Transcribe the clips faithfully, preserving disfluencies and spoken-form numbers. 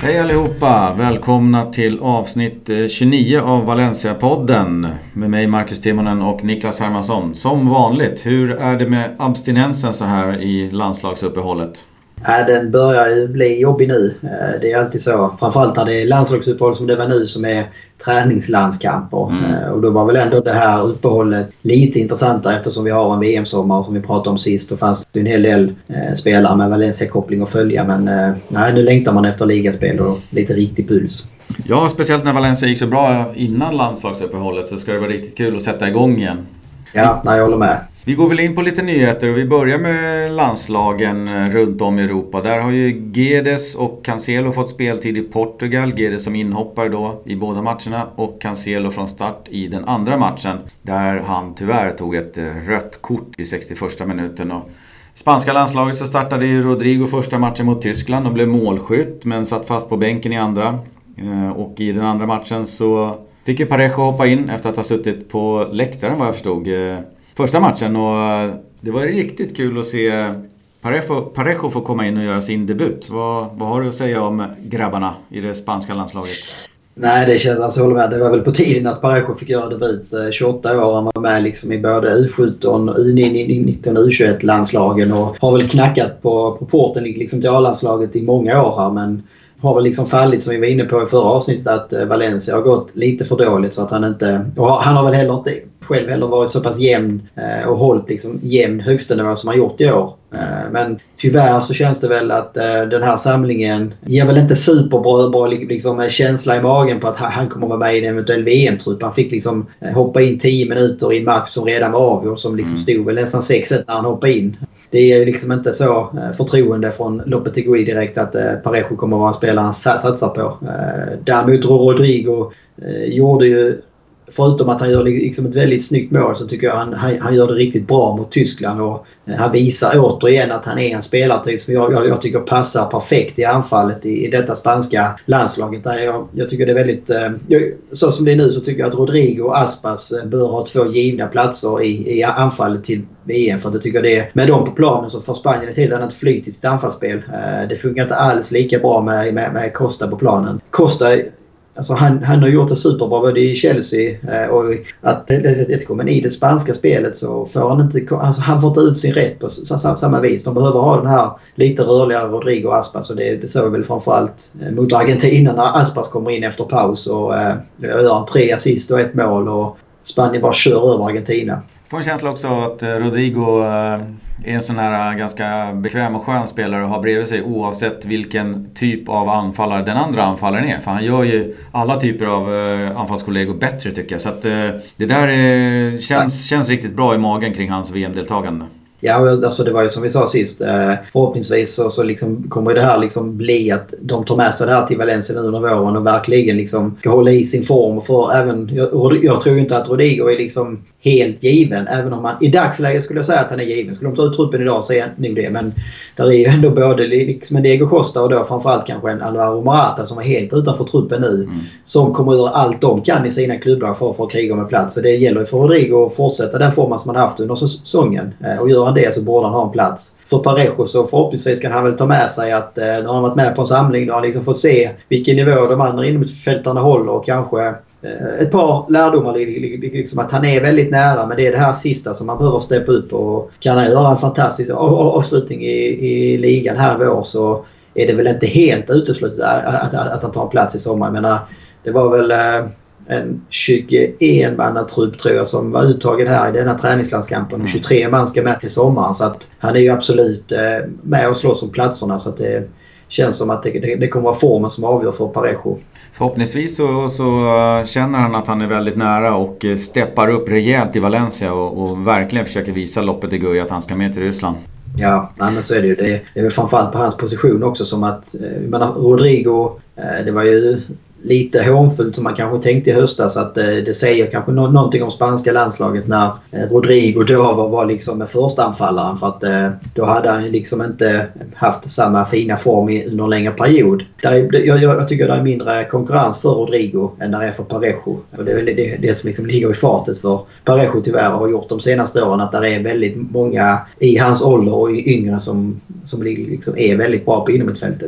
Hej allihopa, välkomna till avsnitt tjugonio av Valencia-podden med mig Marcus Timonen och Niklas Hermansson. Som vanligt, hur är det med abstinensen så här i landslagsuppehållet? Ja, den börjar ju bli jobbig nu. Det är alltid så. Framförallt när det är landslagsuppehåll som det var nu som är träningslandskamper. Mm. Och då var väl ändå det här uppehållet lite intressantare eftersom vi har en V M-sommar som vi pratade om sist. Då fanns det en hel del eh, spelare med Valencia-koppling att följa. Men eh, nej, nu längtar man efter ligaspel och lite riktig puls. Ja, speciellt när Valencia gick så bra innan landslagsuppehållet så ska det vara riktigt kul att sätta igång igen. Ja, nej, jag håller med. Vi går väl in på lite nyheter och vi börjar med landslagen runt om i Europa. Där har ju Guedes och Cancelo fått speltid i Portugal. Guedes som inhoppar då i båda matcherna och Cancelo från start i den andra matchen. Där han tyvärr tog ett rött kort i sextioförsta minuten. Och i spanska landslaget så startade ju Rodrigo första matchen mot Tyskland och blev målskytt men satt fast på bänken i andra. Och i den andra matchen så fick ju Parejo hoppa in efter att ha suttit på läktaren vad jag förstod första matchen, och det var riktigt kul att se Parejo, Parejo få komma in och göra sin debut. Vad, vad har du att säga om grabbarna i det spanska landslaget? Nej, det känns alltså, håller med. Det var väl på tiden att Parejo fick göra debut. tjugoåtta år, han var med liksom i både U sjutton, U nitton och U tjugoett landslagen och har väl knackat på, på porten liksom till A-landslaget i många år här, men har väl liksom fallit, som vi var inne på i förra avsnittet, att Valencia har gått lite för dåligt så att han inte, och han har väl heller inte själv heller varit så pass jämn och hållit liksom jämn högsta nivå som han gjort i år. Men tyvärr så känns det väl att den här samlingen ger väl inte superbra bra, liksom, känsla i magen på att han kommer vara med i en eventuell V M-trupp. Han fick liksom hoppa in tio minuter i en match som redan var avgjord, som liksom stod väl nästan sex ett när han hoppade in. Det är liksom inte så förtroende från Lopetegui direkt att Parejo kommer att vara en spelare han satsar på. Däremot Rodrigo gjorde ju, förutom att han gör liksom ett väldigt snyggt mål, så tycker jag han, han, han gör det riktigt bra mot Tyskland, och han visar återigen att han är en spelartyp som jag, jag, jag tycker passar perfekt i anfallet i, i detta spanska landslaget. Där jag, jag tycker det är väldigt, jag, så som det är nu så tycker jag att Rodrigo och Aspas bör ha två givna platser i, i anfallet till V M, för att jag tycker det, med dem på planen så får Spanien ett helt annat flyt i sitt anfallsspel. Det funkar inte alls lika bra med, med, med Costa på planen. Costa, alltså han, han har gjort det superbra både i Chelsea eh, och att det, det, det, men i det spanska spelet så får han inte, alltså han får inte ut sin rätt på samma, samma vis. De behöver ha den här lite rörligare Rodrigo Aspas, och det, det såg väl framförallt eh, mot Argentina när Aspas kommer in efter paus och eh, gör en tre assist och ett mål och Spanien bara kör över Argentina. Får en känsla också att Rodrigo är en sån här ganska bekväm och skön spelare och har bredvid sig oavsett vilken typ av anfallare den andra anfallaren är. För han gör ju alla typer av anfallskollegor bättre, tycker jag. Så att det där känns, känns riktigt bra i magen kring hans V M-deltagande. Ja, alltså det var ju som vi sa sist, förhoppningsvis så, så liksom kommer det här liksom bli att de tar med sig det här till Valencia nu under våren och verkligen liksom ska hålla i sin form. För även, jag, jag tror inte att Rodrigo är liksom helt given, även om man i dagsläget skulle jag säga att han är given. Skulle de ta ut truppen idag så är nog det, men där är ju ändå både liksom en Diego Costa och då framförallt kanske en Alvaro Morata som är helt utanför truppen nu, mm. som kommer att göra allt de kan i sina klubbar för att få kriga med plats. Så det gäller för Rodrigo att fortsätta den formen som han haft under säsongen, och gör han det så borde han ha en plats. För Parejo så förhoppningsvis kan han väl ta med sig att när han varit med på en samling, då har han liksom fått se vilken nivå de andra innermittfältarna håller, och kanske ett par lärdomar, liksom att han är väldigt nära, men det är det här sista som man behöver steppa upp, och kan han göra en fantastisk avslutning i, i ligan här i vår så är det väl inte helt uteslutet att, att, att han tar en plats i sommar. Men det var väl en tjugoen mannatrupp tror jag som var uttagen här i denna träningslandskampen, och tjugotre man ska med till sommaren, så att han är ju absolut med och slåss om platserna, så att det känns som att det, det, det kommer vara formen som avgör för Parejo. Förhoppningsvis så, så känner han att han är väldigt nära och steppar upp rejält i Valencia och, och verkligen försöker visa Lopetegui att han ska med till Ryssland. Ja, men så är det ju. Det, det är väl framförallt på hans position också, som att jag menar, Rodrigo, det var ju lite hånfullt som man kanske tänkte i höstas, att det, det säger kanske no- någonting om spanska landslaget när eh, Rodrigo då var, var liksom med förstanfallaren, för att eh, då hade han liksom inte haft samma fina form i, under en längre period. Där är, jag, jag tycker det är mindre konkurrens för Rodrigo än där är för Parejo, och det är väl det, det som liksom ligger i fartet för Parejo tyvärr har gjort de senaste åren, att det är väldigt många i hans ålder och i yngre som, som liksom är väldigt bra på inomhutfältet.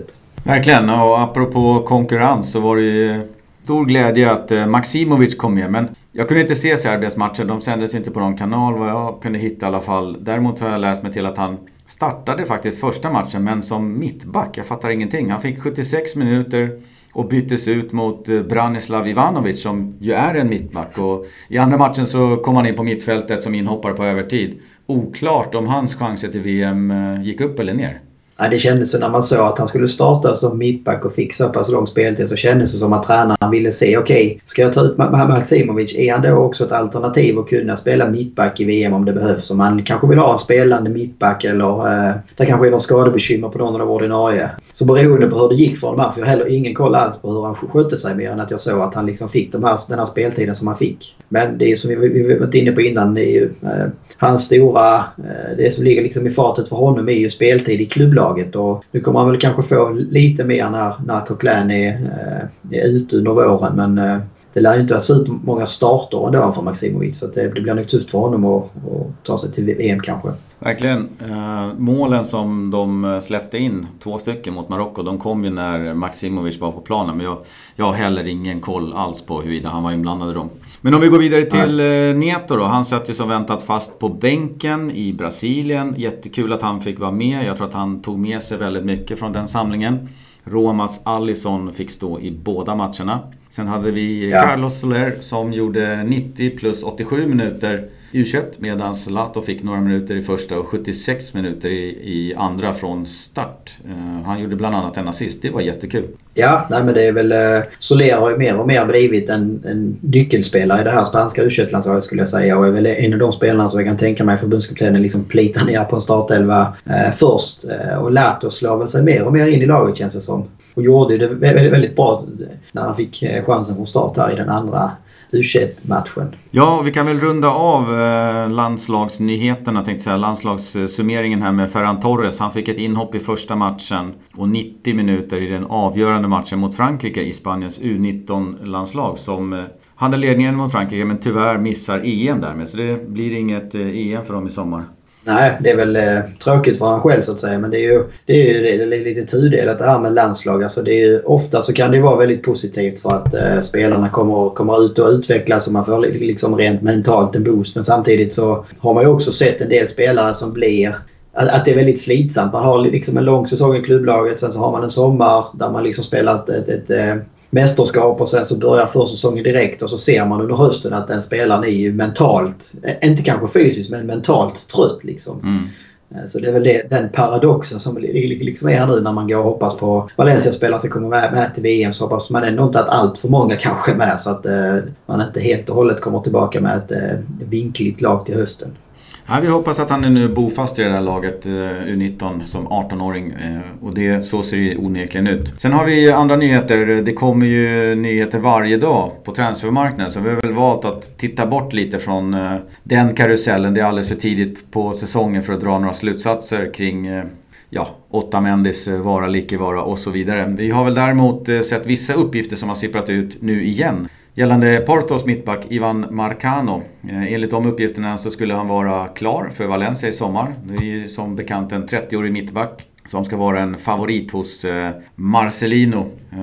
Verkligen, och apropå konkurrens så var det ju stor glädje att Maksimovic kom med. Men jag kunde inte se Serbiens matcher, de sändes inte på någon kanal vad jag kunde hitta i alla fall. Däremot har jag läst mig till att han startade faktiskt första matchen, men som mittback. Jag fattar ingenting. Han fick sjuttiosex minuter och byttes ut mot Branislav Ivanovic som ju är en mittback. Och i andra matchen så kom han in på mittfältet som inhoppare på övertid. Oklart om hans chanser till V M gick upp eller ner. Ja, det kändes så när man såg att han skulle starta som mittback och fick så pass lång speltid, så kändes det som att tränaren ville se, okej, okay, ska jag ta ut Maksimovic? Är han då också ett alternativ att kunna spela mittback i V M om det behövs? Om man kanske vill ha en spelande mittback eller eh, det kanske är någon skadebekymmer på någon av de ordinarie. Så beroende på hur det gick för honom här, för jag har heller ingen koll alls på hur han skötte sig mer än att jag såg att han liksom fick de här, den här speltiden som han fick. Men det är som vi, vi varit inne på innan, det är ju eh, hans stora, eh, det som ligger liksom i fatet för honom är ju speltid i klubblag. Och nu kommer han väl kanske få lite mer när, när Coquelin är, är ute under våren, men det lär ju inte ha sett många starter ändå för Maksimovic, så att det, det blir nog tufft för honom att, att ta sig till V M kanske. Verkligen. Eh, målen som de släppte in, två stycken mot Marocko, de kom ju när Maksimovic var på planen, men jag, jag har heller ingen koll alls på huruvida han var inblandad i dem. Men om vi går vidare till eh, Neto då, han satt ju som väntat fast på bänken i Brasilien. Jättekul att han fick vara med, jag tror att han tog med sig väldigt mycket från den samlingen. Romas Alisson fick stå i båda matcherna. Sen hade vi ja. Carlos Soler som gjorde nittio plus åttiosju minuter U tjugoett, medan Zlato fick några minuter i första och sjuttiosex minuter i, i andra från start. Uh, han gjorde bland annat en assist, det var jättekul. Ja, nej, men det är väl uh, Soler har ju mer och mer blivit en, en nyckelspelare i det här spanska U tjugoett-landslaget skulle jag säga, och är väl en av de spelarna som jag kan tänka mig förbundskaptenen liksom plitar ner på en startelva uh, först. Uh, och Lato slår väl sig mer och mer in i laget, känns det som. Och gjorde det väldigt, väldigt bra när han fick chansen från start här i den andra U tjugoett-matchen. Ja, vi kan väl runda av eh, landslagsnyheterna, tänkte säga, landslagssummeringen här med Ferran Torres. Han fick ett inhopp i första matchen och nittio minuter i den avgörande matchen mot Frankrike i Spaniens U nitton-landslag som eh, hade ledningen mot Frankrike men tyvärr missar E M därmed, så det blir inget eh, E M för dem i sommar. Nej, det är väl eh, tråkigt för han själv så att säga, men det är ju, det är ju det är lite tudelat det här med landslag. Alltså det är ju, ofta så kan det vara väldigt positivt för att eh, spelarna kommer, kommer ut och utvecklas och man får liksom rent mentalt en boost, men samtidigt så har man ju också sett en del spelare som blir att, att det är väldigt slitsamt. Man har liksom en lång säsong i klubblaget, sen så har man en sommar där man liksom spelat ett, ett, ett mästerskap och sen så börjar försäsongen direkt och så ser man under hösten att den spelaren är ju mentalt, inte kanske fysiskt men mentalt trött liksom. Mm. Så det är väl det, den paradoxen som liksom är här nu när man går och hoppas på Valencia-spelare som kommer med, med till V M, så hoppas man ändå inte att allt för många kanske är med, så att eh, man inte helt och hållet kommer tillbaka med ett eh, vinkligt lag till hösten. Ja, vi hoppas att han är nu bofast i det här laget U nitton som arton-åring och det, så ser det onekligen ut. Sen har vi andra nyheter. Det kommer ju nyheter varje dag på transfermarknaden, så vi har väl valt att titta bort lite från den karusellen. Det är alldeles för tidigt på säsongen för att dra några slutsatser kring ja, Otamendis vara, like vara och så vidare. Vi har väl däremot sett vissa uppgifter som har sipprat ut nu igen. Gällande Portos mittback Ivan Marcano. Enligt de uppgifterna så skulle han vara klar för Valencia i sommar. Det är ju som bekant en trettioårig mittback som ska vara en favorit hos Marcelino.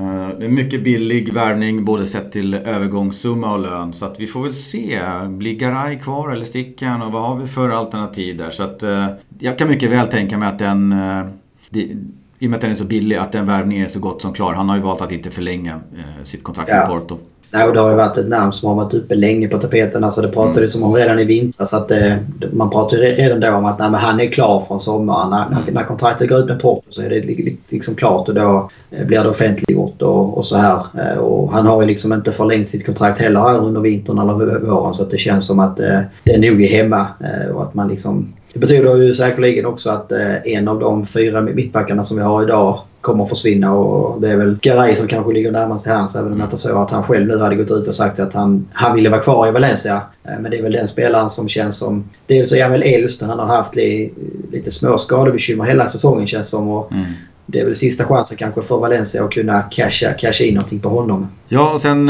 En mycket billig värvning både sett till övergångssumma och lön. Så att vi får väl se. Blir Garay kvar eller sticker han? Och vad har vi för alternativ där? Så att jag kan mycket väl tänka mig att den... Det, i och med att den är så billig, att den värvningen är så gott som klar. Han har ju valt att inte förlänga eh, sitt kontrakt med ja. Porto. Nej, och det har ju varit ett namn som har varit uppe länge på tapeten. Alltså det pratade mm. som om redan i vinter. Så att det, man pratade redan då om att nej, men han är klar från sommaren. När, mm. när kontraktet går ut med Porto så är det liksom klart och då blir det offentliggjort och, och så här. Och han har ju liksom inte förlängt sitt kontrakt heller här under vintern eller våren, så att det känns som att eh, det nog är hemma och att man liksom... Det betyder ju säkerligen också att eh, en av de fyra mittbackarna som vi har idag kommer att försvinna, och det är väl Garay som kanske ligger närmast till hans, även om jag inte så att han själv nu hade gått ut och sagt att han, han ville vara kvar i Valencia. Eh, men det är väl den spelaren som känns som, dels så är han väl äldst, han har haft li, lite små skadebekymmer hela säsongen känns som, och mm. det är väl sista chansen kanske för Valencia att kunna casha, casha in någonting på honom. Ja, och sen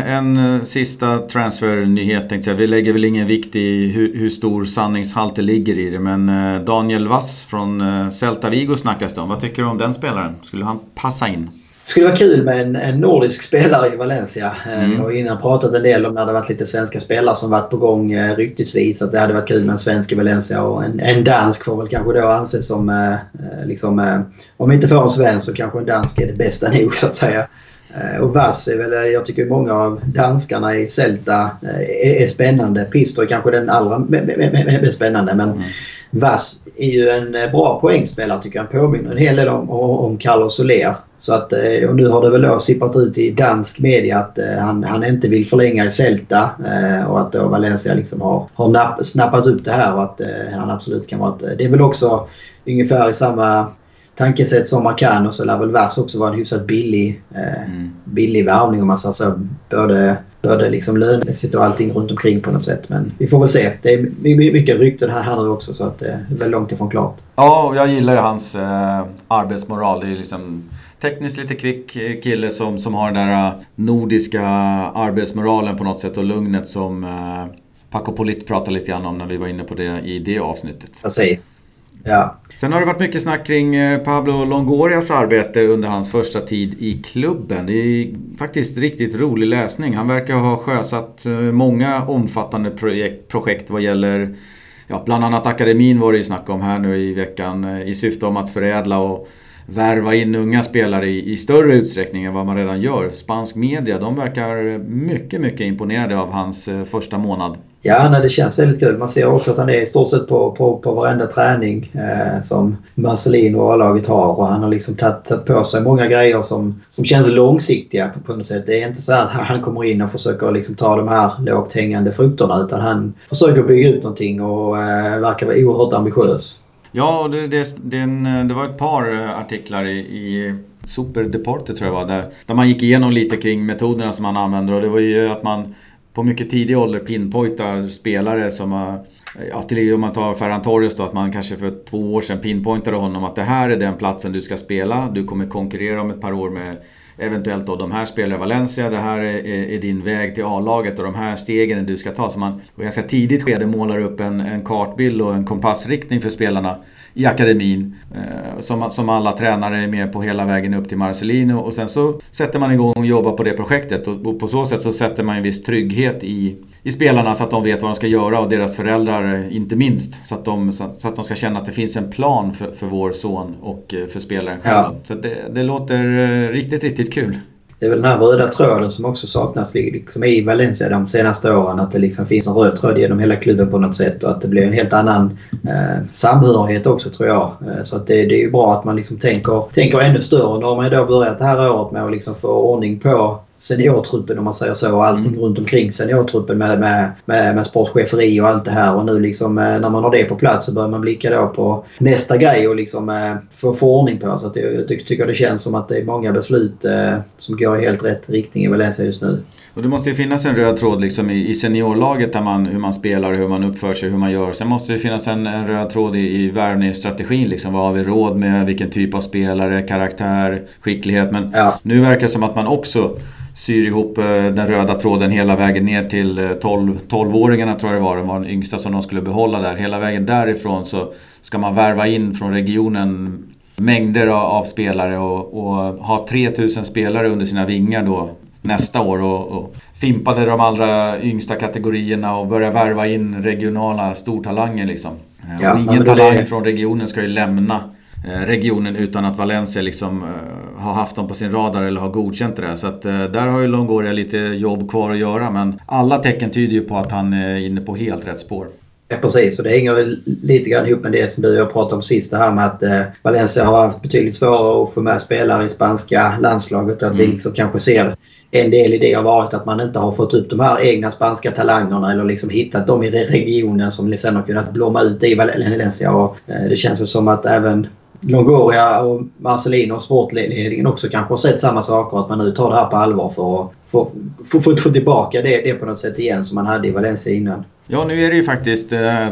en sista transfernyhet tänkte jag. Vi lägger väl ingen vikt i hur, hur stor sanningshalt det ligger i det. Men Daniel Wass från Celta Vigo snackas det om. Vad tycker du om den spelaren? Skulle han passa in? Det skulle vara kul med en, en nordisk spelare i Valencia. Mm. Vi har innan pratat en del om när det varit lite svenska spelare som varit på gång eh, ryktesvis. Att det hade varit kul med en svensk i Valencia. Och en, en dansk får väl kanske då anses som, eh, liksom, eh, om vi inte får en svensk så kanske en dansk är det bästa nog så att säga. Eh, och Vass är väl, jag tycker många av danskarna i Celta eh, är, är spännande. Pisto är kanske den allra mest spännande, men mm. Vass är ju en bra poängspelare tycker jag. Han påminner en hel del om, om Carlos Soler. Så att, och nu har det väl då sippat ut i dansk media att eh, han, han inte vill förlänga i Celta eh, och att då Valencia liksom har, har napp, snappat upp det här och att eh, han absolut kan vara ett, det är väl också ungefär i samma tankesätt som man kan, och så lär väl Vass också vara en hyfsat billig, eh, mm. billig värvning om man säger så, både, både liksom lönemässigt och allting runt omkring på något sätt. Men vi får väl se. Det är mycket rykten här, här nu också så att det är väl långt ifrån klart. Ja, och jag gillar ju hans eh, arbetsmoral. Det är liksom tekniskt lite kvick kille som, som har den där nordiska arbetsmoralen på något sätt och lugnet som eh, Paco Polit pratade lite grann om när vi var inne på det i det avsnittet. Precis. Ja. Sen har det varit mycket snack kring Pablo Longorias arbete under hans första tid i klubben. Det är faktiskt riktigt rolig läsning. Han verkar ha sjösatt många omfattande projekt, projekt vad gäller, ja, bland annat akademin var det ju snack om här nu i veckan, i syfte om att förädla och värva in unga spelare i, i större utsträckning än vad man redan gör. Spansk media, de verkar mycket, mycket imponerade av hans eh, första månad. Ja, nej, det känns väldigt kul. Man ser också att han är i stort sett på, på, på varenda träning eh, som Marcelino och A-laget har. Och han har liksom tagit, tagit på sig många grejer som, som känns långsiktiga på, på något sätt. Det är inte så att han kommer in och försöker liksom ta de här lågt hängande frukterna, utan han försöker bygga ut någonting och eh, verkar vara oerhört ambitiös. Ja, det, det, det, det var ett par artiklar i, i Super Deporte tror jag var där, där man gick igenom lite kring metoderna som man använder, och det var ju att man på mycket tidig ålder pinpointar spelare som har, ja, till om man tar Ferran Torres då, att man kanske för två år sedan pinpointade honom att det här är den platsen du ska spela, du kommer konkurrera om ett par år med eventuellt då de här spelar i Valencia, det här är, är din väg till A-laget och de här stegen du ska ta. Så man och ganska tidigt skede målar upp en, en kartbild och en kompassriktning för spelarna i akademin eh, som, som alla tränare är med på hela vägen upp till Marcelino, och sen så sätter man igång och jobbar på det projektet, och, och på så sätt så sätter man en viss trygghet i, i spelarna så att de vet vad de ska göra, och deras föräldrar inte minst, så att de, så, så att de ska känna att det finns en plan för, för vår son och för spelaren själv. Ja. Så det, det låter riktigt, riktigt kul. Det är väl den här röda tråden som också saknas liksom i Valencia de senaste åren. Att det liksom finns en röd tråd genom hela klubben på något sätt. Och att det blir en helt annan eh, samhörighet också, tror jag. Eh, så att det, det är ju bra att man liksom tänker, tänker ännu större. Nu har man ju då börjat det här året med att liksom få ordning på seniortruppen, om man säger så, och allting mm. runt omkring seniortruppen med, med, med, med sportcheferi och allt det här. Och nu liksom, när man har det på plats så börjar man blicka då på nästa grej och liksom få, få ordning på. Så att jag tycker det känns som att det är många beslut eh, som går i helt rätt riktning i Valencia just nu. Och det måste ju finnas en röd tråd liksom i, i seniorlaget där man, hur man spelar, hur man uppför sig, hur man gör. Sen måste det finnas en, en röd tråd i, i värvningsstrategin. Liksom. Vad har vi råd med? Vilken typ av spelare? Karaktär? Skicklighet? Men ja. Nu verkar det som att man också syr ihop den röda tråden hela vägen ner till tolv-åringarna, tror jag det var. Det var den yngsta som de skulle behålla där. Hela vägen därifrån så ska man värva in från regionen mängder av spelare och, och ha tre tusen spelare under sina vingar då nästa år, och, och fimpade de allra yngsta kategorierna och börja värva in regionala stortalanger liksom. Ja, och ingen talang det... från regionen ska ju lämna regionen utan att Valencia liksom uh, har haft dem på sin radar eller har godkänt det. Så att, uh, där har ju Longoria lite jobb kvar att göra, men alla tecken tyder ju på att han är inne på helt rätt spår. Ja, precis, och det hänger väl lite grann ihop med det som du och jag pratade om sist, det här med att uh, Valencia har haft betydligt svårare att få med spelare i spanska landslaget, och att mm. vi liksom kanske ser en del i det har varit att man inte har fått upp de här egna spanska talangerna eller liksom hittat dem i regionen som sen har kunnat blomma ut i Valencia. Och uh, det känns ju som att även Longoria och Marcelino och sportledningen också kanske har sett samma saker, att man nu tar det här på allvar för att få, få, få, få tillbaka det, det på något sätt igen som man hade i Valencia innan. Ja, nu är det ju faktiskt eh,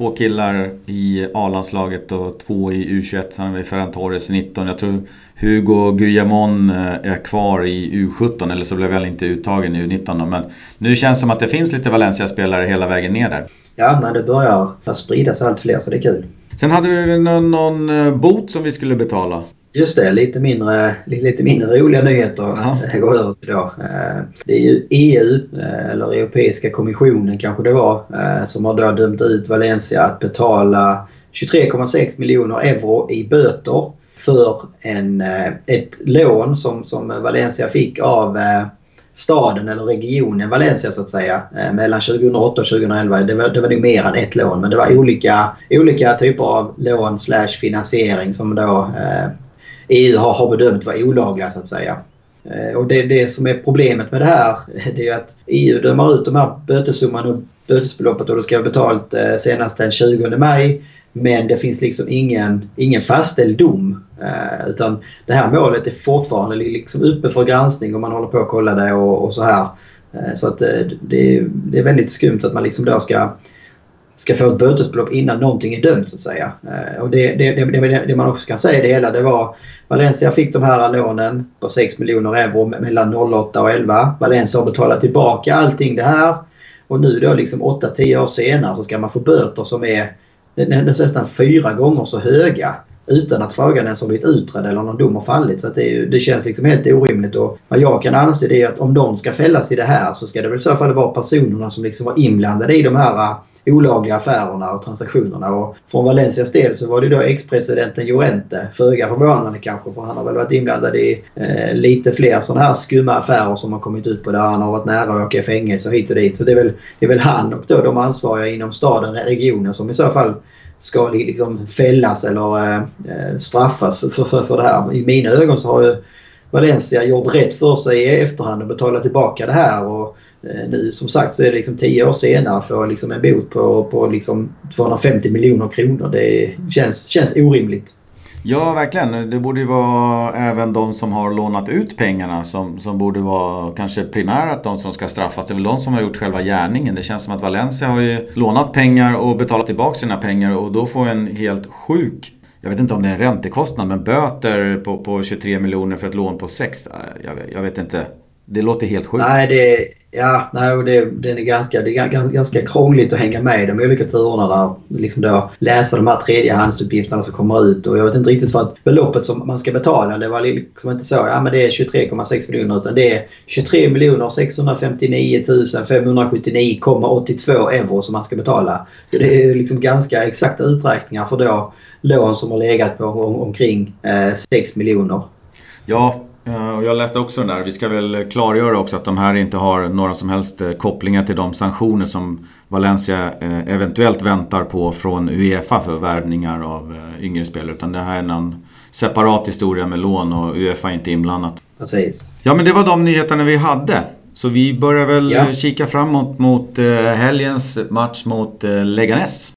två killar i A-landslaget och två i U tjugoett. Sen har vi Ferran Torres nitton. Jag tror Hugo Guillamon är kvar i U sjutton, eller så blev väl inte uttagen i U nitton då. Men nu känns det som att det finns lite Valencia-spelare hela vägen ner där. Ja, men det börjar spridas allt fler, så det är kul. Sen hade vi någon, någon bot som vi skulle betala. Just det, lite mindre, lite mindre roliga nyheter ja. går över till då. Det är ju E U, eller Europeiska kommissionen kanske det var, som har då dömt ut Valencia att betala tjugotre komma sex miljoner euro i böter för en, ett lån som, som Valencia fick av staden eller regionen Valencia så att säga mellan tjugohundraåtta och tjugohundraelva. Det var, det var nog mer än ett lån, men det var olika, olika typer av lån slash finansiering som då eh, E U har, har bedömt vara olagliga så att säga. Eh, och det, det som är problemet med det här, det är att E U dömer ut de här bötessumman och bötesbeloppet och det ska vara betalt eh, senast den tjugonde maj. Men det finns liksom ingen, ingen fastställd dom. Eh, utan det här målet är fortfarande liksom uppe för granskning och man håller på att kolla det och, och så här. Eh, så att eh, det, det är väldigt skumt att man liksom då ska, ska få ett bötesbelopp innan någonting är dömt så att säga. Eh, och det, det, det, det, det man också kan säga det hela, det var Valencia fick de här lånen på sex miljoner euro mellan noll åtta och elva. Valencia har betalat tillbaka allting det här. Och nu då liksom åtta till tio år senare så ska man få böter som är Den är nästan fyra gånger så höga utan att frågan ens har blivit utredd eller någon dom har fallit. Så att det, är, det känns liksom helt orimligt. Och vad jag kan anse det är att om någon ska fällas i det här så ska det väl i så fall vara personerna som liksom var inblandade i de här olagliga affärerna och transaktionerna. Och från Valencias del så var det då ex-presidenten Llorente, föga förvånande kanske, för han har väl varit inblandad i eh, lite fler sådana här skumma affärer som har kommit ut på där han har varit nära att åka i fängelse och hit och dit. Så det är väl, det är väl han och då de ansvariga inom staden, regionen som i så fall ska liksom fällas eller eh, straffas för, för, för, för det här. I mina ögon så har ju Valencia gjort rätt för sig i efterhand och betalat tillbaka det här och eh, nu som sagt så är det liksom tio år senare för liksom en bot på, på liksom tvåhundrafemtio miljoner kronor. Det känns, känns orimligt. Ja, verkligen. Det borde ju vara även de som har lånat ut pengarna som, som borde vara kanske primärt de som ska straffas. Det är väl de som har gjort själva gärningen. Det känns som att Valencia har ju lånat pengar och betalat tillbaka sina pengar och då får en helt sjuk, jag vet inte om det är en räntekostnad, men böter på, på tjugotre miljoner för ett lån på sex. Jag, jag vet inte. Det låter helt sjukt. Nej, det, ja, nej, det, det, är ganska, det är ganska krångligt att hänga med i de olika turerna där. Liksom då läsa de här tredjehandsuppgifterna som kommer ut. Och jag vet inte riktigt för att beloppet som man ska betala, det var liksom inte så, ja men det är tjugotre komma sex miljoner utan det är tjugotre miljoner sexhundrafemtionio tusen femhundrasjuttionio komma åttiotvå euro som man ska betala. Så det är liksom ganska exakta uträkningar för då lån som har legat på om, omkring eh, sex miljoner. Ja, och jag läste också den där. Vi ska väl klargöra också att de här inte har några som helst kopplingar till de sanktioner som Valencia eventuellt väntar på från UEFA för värvningar av yngre spelare. Utan det här är någon separat historia med lån och UEFA är inte inblandat. Precis. Ja, men det var de nyheterna vi hade. Så vi börjar väl ja. kika framåt mot helgens match mot Leganés.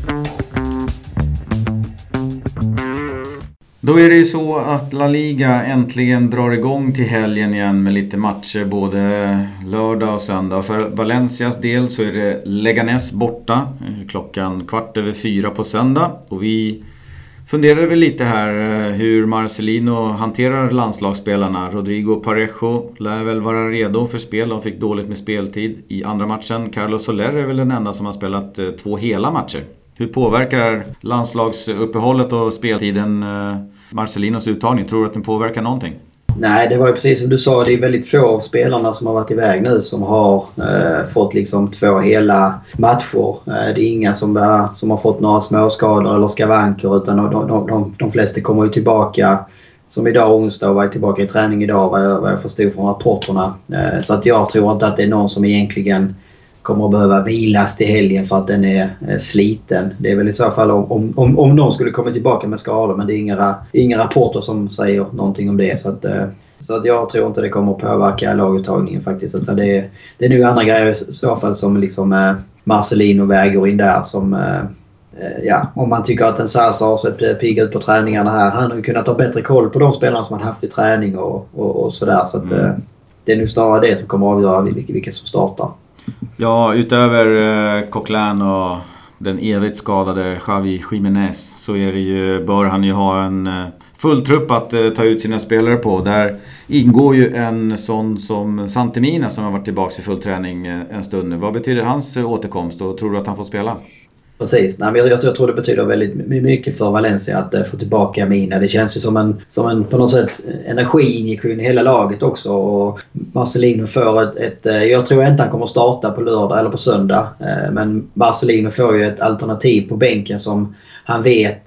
Då är det ju så att La Liga äntligen drar igång till helgen igen med lite matcher både lördag och söndag. För Valencias del så är det Leganés borta klockan kvart över fyra på söndag. Och vi funderar väl lite här hur Marcelino hanterar landslagsspelarna. Rodrigo Parejo lär väl vara redo för spel. De fick dåligt med speltid i andra matchen. Carlos Soler är väl den enda som har spelat två hela matcher. Hur påverkar landslagsuppehållet och speltiden Marcelinos uttagning? Tror du att den påverkar någonting? Nej, det var ju precis som du sa. Det är väldigt få av spelarna som har varit iväg nu som har eh, fått liksom två hela matcher. Eh, det är inga som, är, som har fått några småskador eller skavanker utan de, de, de, de flesta kommer ju tillbaka som idag onsdag och var tillbaka i träning idag vad jag, vad jag förstod från rapporterna. Eh, så att jag tror inte att det är någon som egentligen kommer att behöva vilas till helgen för att den är sliten. Det är väl i så fall om, om, om någon skulle komma tillbaka med skador, men det är inga, inga rapporter som säger någonting om det. Så att, så att jag tror inte det kommer att påverka laguttagningen faktiskt. Utan det, är, det är nog andra grejer i så fall som liksom Marcelino väger in där som... Ja, om man tycker att en Sasa har sett pigga ut på träningarna här. Han har ju kunnat ha bättre koll på de spelarna som han haft i träning och, och, och sådär. Så att, mm. det är nog snarare det som kommer att avgöra vilka, vilka som startar. Ja, utöver eh, Coquelin och den evigt skadade Xavi Jiménez så är det ju, bör han ju ha en full trupp att ta ut sina spelare på. Där ingår ju en sån som Santi Mina som har varit tillbaka i full träning en stund nu. Vad betyder hans återkomst och tror du att han får spela? Precis, nej, men jag, jag tror det betyder väldigt mycket för Valencia att uh, få tillbaka Mina. Det känns ju som en, som en på något sätt energiinjektion i hela laget också. Och Marcelino får ett, ett uh, jag tror inte han kommer att starta på lördag eller på söndag. Uh, men Marcelino får ju ett alternativ på bänken som han vet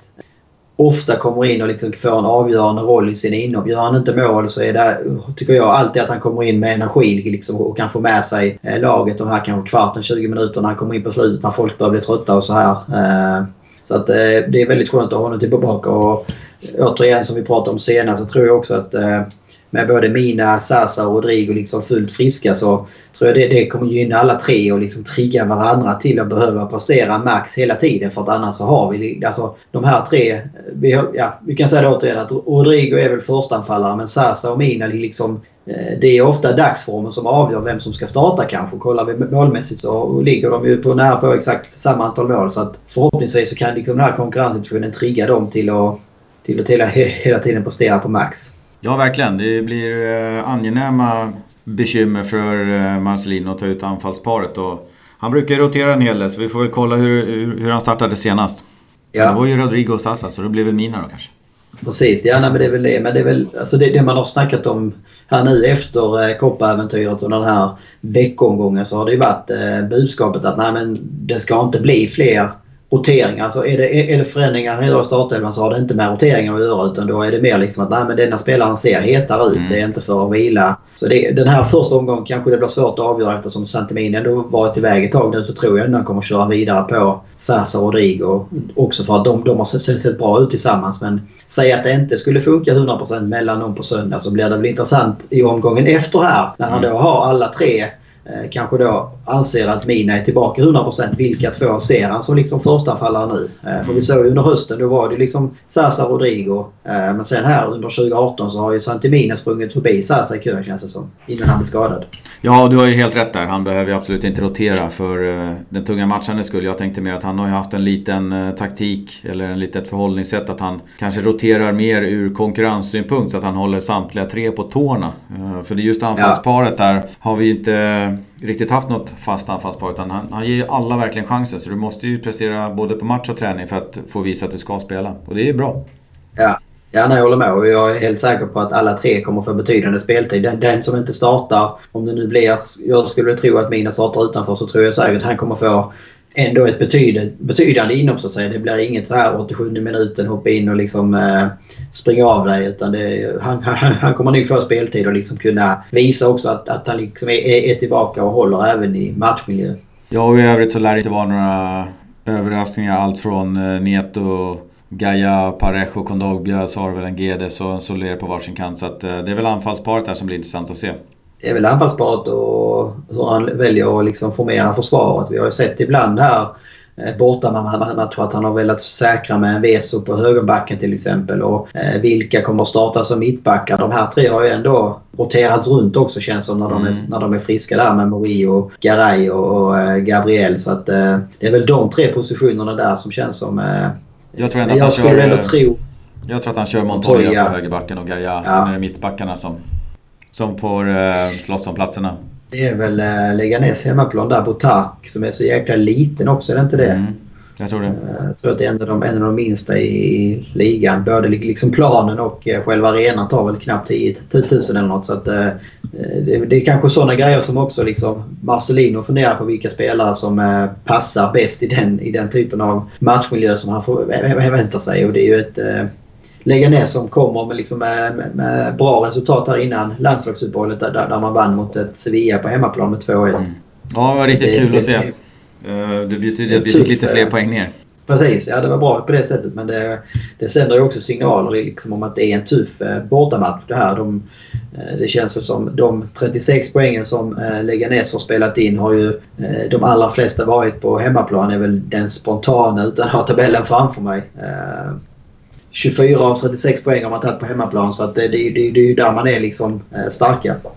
ofta kommer in och liksom får en avgörande roll i sina inhopp. Gör han inte mål så är det, tycker jag, alltid att han kommer in med energi liksom, och kan få med sig eh, laget de här kanske kvarten, tjugo minuter när han kommer in på slutet när folk börjar bli trötta och så här. Eh, så att eh, det är väldigt skönt att ha honom tillbaka. Och återigen som vi pratade om senare så tror jag också att eh, med både Mina, Sasa och Rodrigo liksom fullt friska så tror jag det, det kommer gynna alla tre och liksom trigga varandra till att behöva prestera max hela tiden, för att annars så har vi alltså de här tre, vi, har, ja, vi kan säga det återigen att Rodrigo är väl förstanfallare, men Sasa och Mina liksom, det är ofta dagsformen som avgör vem som ska starta kanske. Kollar vi målmässigt så ligger de ju på nära på exakt samma antal mål, så att förhoppningsvis så kan liksom den här konkurrenssituationen trigga dem till att, till att hela, hela tiden prestera på max. Ja, verkligen. Det blir eh, angenäma bekymmer för eh, Marcelino att ta ut anfallsparet. Och han brukar rotera en hel del, så vi får väl kolla hur, hur, hur han startade senast. Ja. Det var ju Rodrigo och Sasa, så det blir väl Mina då kanske. Precis, ja, nej, men det är väl det. Men det är väl alltså det, det man har snackat om här nu efter eh, Copa-äventyret och den här veckomgången, så har det ju varit eh, budskapet att nej, men det ska inte bli fler roteringar. Alltså är det, är det förändringar i startelvan så har det inte med roteringar att göra, utan då är det mer liksom att nej, men denna spelaren ser hetare ut, mm. det är inte för att vila. Så det, den här första omgången kanske det blir svårt att avgöra, eftersom Santimini ändå varit iväg ett tag nu, så tror jag att han kommer köra vidare på Sasa och Rodrigo också för att de, de har sett, sett bra ut tillsammans. Men säg att det inte skulle funka hundra procent mellan dem på söndag, så blir det väl intressant i omgången efter här när han då har alla tre Eh, kanske då anser att Mina är tillbaka hundra procent. Vilka två ser han som liksom förstanfallare nu? Eh, för vi såg under hösten, då var det liksom Sasa och Rodrigo. Eh, men sen här under tjugo arton så har ju Santi Mina sprungit förbi Sasa i kön, känns det som, innan han blev skadad. Ja, du har ju helt rätt där. Han behöver ju absolut inte rotera för uh, den tunga matchen skulle. Jag tänkte mer att han har ju haft en liten uh, taktik eller en litet förhållningssätt att han kanske roterar mer ur konkurrenssynpunkt så att han håller samtliga tre på tårna. Uh, för det är just anfallsparet ja. Där har vi inte uh, riktigt haft något fast anfallspar, utan han, han ger ju alla verkligen chansen, så du måste ju prestera både på match och träning för att få visa att du ska spela, och det är bra. Ja. Ja, nej, jag håller med, och jag är helt säker på att alla tre kommer få betydande speltid. Den, den som inte startar, om det nu blir, jag skulle tro att Mina startar utanför, så tror jag säkert att han kommer få ändå ett betydande, betydande inhopp så att säga. Det blir inget så här åttiosjunde minuten hoppa in och liksom eh, springa av dig, utan det, han, han, han kommer nog få speltid och liksom kunna visa också att, att han liksom är, är tillbaka och håller även i matchmiljö. Ja, och i övrigt så lär det inte vara några överraskningar, allt från eh, Neto, Gaia, Parejo, Kondogbia, så har väl en Guedes och en Soler på varsin kant. Så att, eh, det är väl anfallsparet där som blir intressant att se. Det är väl anfallsparet och hur han väljer att liksom formera försvaret. Vi har ju sett ibland här eh, borta man, man, man tror att han har velat säkra med en Veso på högerbacken till exempel. Och eh, vilka kommer att starta som mittbackar. De här tre har ju ändå roterats runt också, känns som, när de är, mm. när de är friska där med Murillo, Garay och, och eh, Gabriel. Så att eh, det är väl de tre positionerna där som känns som... Eh, Jag tror, att jag, han kör, tro... jag tror att han kör Montoya på högerbacken och Gaia. Ja. Sen är det mittbackarna som, som får eh, slåss om platserna. Det är väl eh, Leganes hemmaplan där, Botak, som är så jäkla liten också, är det inte det? Mm, jag tror det. Jag tror att det är en av de, en av de minsta i ligan. Både liksom planen och eh, själva arenan tar väl knappt tio tusen eller något. Så att, eh, det, det är kanske sådana grejer som också liksom Marcelino funderar på, vilka spelare som eh, passar bäst i den, i den typen av matchmiljö som han får vänta sig. Och det är ju ett... Eh, Leganes som kommer med, liksom med, med, med bra resultat här innan landslagsuppehållet, där, där man vann mot ett Sevilla på hemmaplan med två ett. Mm. Ja, det var riktigt det, kul det, att se. Det, det betyder att vi fick lite fler poäng ner. Precis, ja, det var bra på det sättet, men det, det sänder ju också signaler liksom om att det är en tuff eh, bortamatch det här. De, eh, det känns väl som de trettiosex poängen som eh, Leganes har spelat in har ju eh, de allra flesta varit på hemmaplan, är väl den spontana utan att ha tabellen framför mig. Eh, tjugofyra av trettiosex poäng har man tagit på hemmaplan, så att det, det, det, det är ju där man är liksom eh, starka.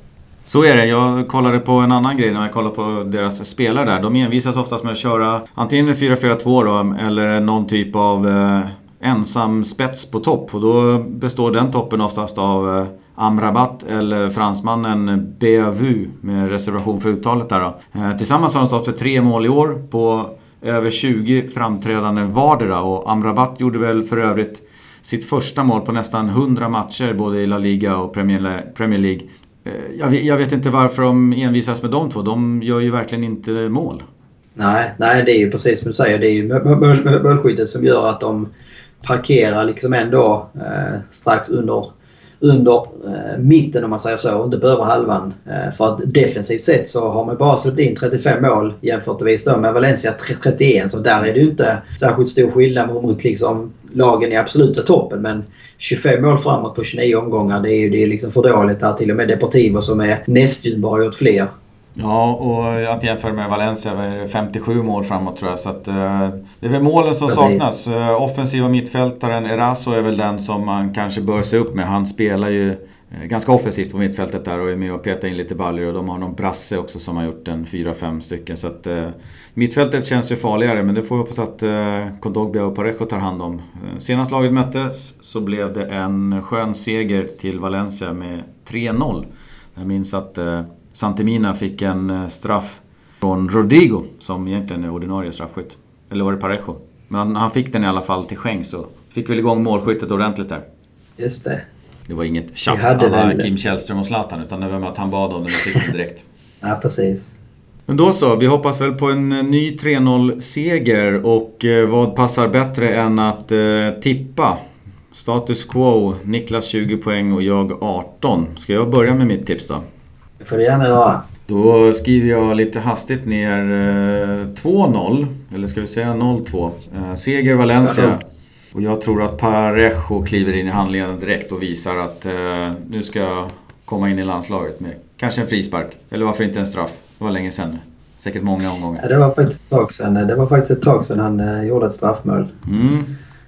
Så är det. Jag kollade på en annan grej när jag kollade på deras spelare där. De envisas oftast med att köra antingen fyra fyra två då, eller någon typ av eh, ensam spets på topp. Och då består den toppen oftast av eh, Amrabat eller fransmannen Béavu med reservation för uttalet där då. Eh, tillsammans har de stått för tre mål i år på över tjugo framträdande vardera. Och Amrabat gjorde väl för övrigt sitt första mål på nästan hundra matcher både i La Liga och Premier, Premier League. Jag vet, jag vet inte varför de envisas med de två. De gör ju verkligen inte mål. Nej, nej, det är ju precis som du säger. Det är ju målskyttet som gör att de parkerar liksom ändå eh, strax under, under eh, mitten om man säger så. Inte över halvan. Eh, för att defensivt sett så har man bara släppt in trettiofem mål jämförtvis då med Valencia trettioen. Så där är det ju inte särskilt stor skillnad mot liksom lagen i absoluta toppen. Men tjugofem mål framåt på tjugonio omgångar, det är ju det är liksom för dåligt här. Till och med Deportivo som är nästjun bara har gjort fler. Ja, och att jämföra med Valencia var det femtiosju mål framåt tror jag. Så att, uh, det är väl målen som Precis. saknas. Uh, offensiva mittfältaren Eraso är väl den som man kanske bör se upp med. Han spelar ju uh, ganska offensivt på mittfältet där och är med och petar in lite baller. Och de har någon brasse också som har gjort en fyra fem stycken. Så att uh, mittfältet känns ju farligare, men det får vi hoppas att uh, Kondogbia och Parejo tar hand om. Uh, senast laget möttes så blev det en skön seger till Valencia med tre noll. Jag minns att uh, Santimina fick en straff från Rodrigo som egentligen är ordinarie straffskytt. Eller var det Parejo? Men han, han fick den i alla fall till skänk, så fick väl igång målskyttet ordentligt där. Just det. Det var inget tjafs alla Kim Källström och Zlatan, utan det var med att han bad om den och fick den direkt. Ja, precis. Men då så, vi hoppas väl på en ny tre noll-seger. Och eh, vad passar bättre än att eh, tippa? Status quo, Niklas tjugo poäng och jag arton. Ska jag börja med mitt tips då? Det får du gärna göra. Då skriver jag lite hastigt ner eh, två noll, eller ska vi säga noll två. Eh, seger Valencia. Och jag tror att Parejo kliver in i handlingen direkt och visar att eh, nu ska jag komma in i landslaget med kanske en frispark. Eller varför inte en straff? Det var länge sedan nu. Säkert många omgångar. Ja, det var faktiskt ett tag sedan. Det var faktiskt ett tag sedan han eh, gjorde ett straffmål. Mm.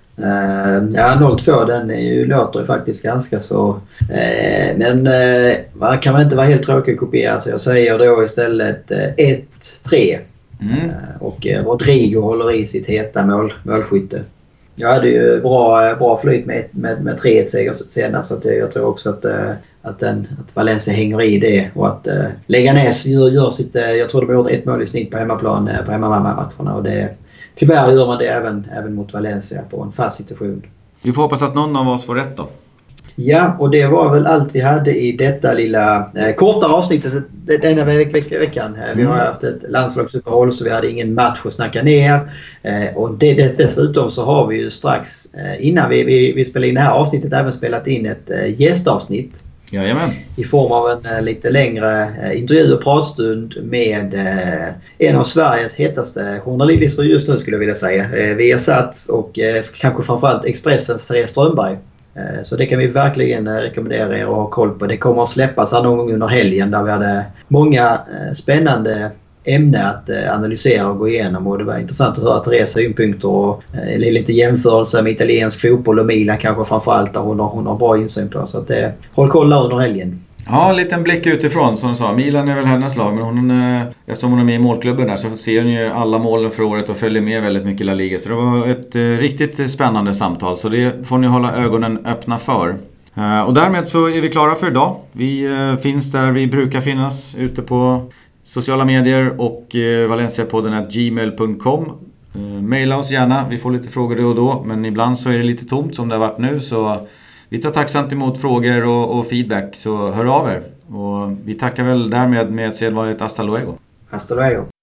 Uh, ja, noll två den är ju, låter ju faktiskt ganska så. Uh, men uh, man kan väl inte vara helt tråkig att kopiera, så jag säger då istället uh, ett tre. Mm. Uh, och uh, Rodrigo håller i sitt heta mål, målskytte. Jag hade ju bra, bra flyt med, med, med tre ett seger senast, så att jag, jag tror också att, uh, att, den, att Valencia hänger i det. Och att uh, Leganes gör, gör sitt, uh, jag tror de har gjort ett mål i snitt på hemmaplan uh, på hemmamatcherna, och det tyvärr gör man det även, även mot Valencia på en fast situation. Vi får hoppas att någon av oss får rätt då. Ja, och det var väl allt vi hade i detta lilla eh, kortare avsnittet denna veck, veck, veckan. Mm. Vi har haft ett landslagsuppehåll, så vi hade ingen match att snacka ner. Eh, och det, det, dessutom så har vi ju strax eh, innan vi, vi, vi spelade in det här avsnittet även spelat in ett eh, gästavsnitt. Jajamän. I form av en uh, lite längre uh, intervju och pratstund med uh, en av Sveriges hetaste journalister just nu, skulle jag vilja säga. Uh, vi har satt och uh, kanske framförallt Expressens Therese Strömberg. Uh, så det kan vi verkligen uh, rekommendera er att ha koll på. Det kommer att släppas här någon gång under helgen, där vi hade många uh, spännande ämne att eh, analysera och gå igenom, och det var intressant att höra Therese synpunkter och eh, lite jämförelse med italiensk fotboll och Milan kanske framförallt, där hon har, hon har bra insyn på, så att eh, håll koll under helgen. Ja, en liten blick utifrån som du sa. Milan är väl hennes lag, men hon, eh, eftersom hon är med i målklubben där, så ser hon ju alla målen för året och följer med väldigt mycket La Liga, så det var ett eh, riktigt spännande samtal, så det får ni hålla ögonen öppna för. Eh, och därmed så är vi klara för idag. Vi eh, finns där vi brukar finnas, ute på sociala medier och eh, valenciapodden at gmail punkt com. Eh, maila oss gärna, vi får lite frågor då och då, men ibland så är det lite tomt som det har varit nu, så vi tar tacksamt emot frågor och, och feedback, så hör av er. Och vi tackar väl därmed med ett sedvanligt hasta luego. Hasta luego.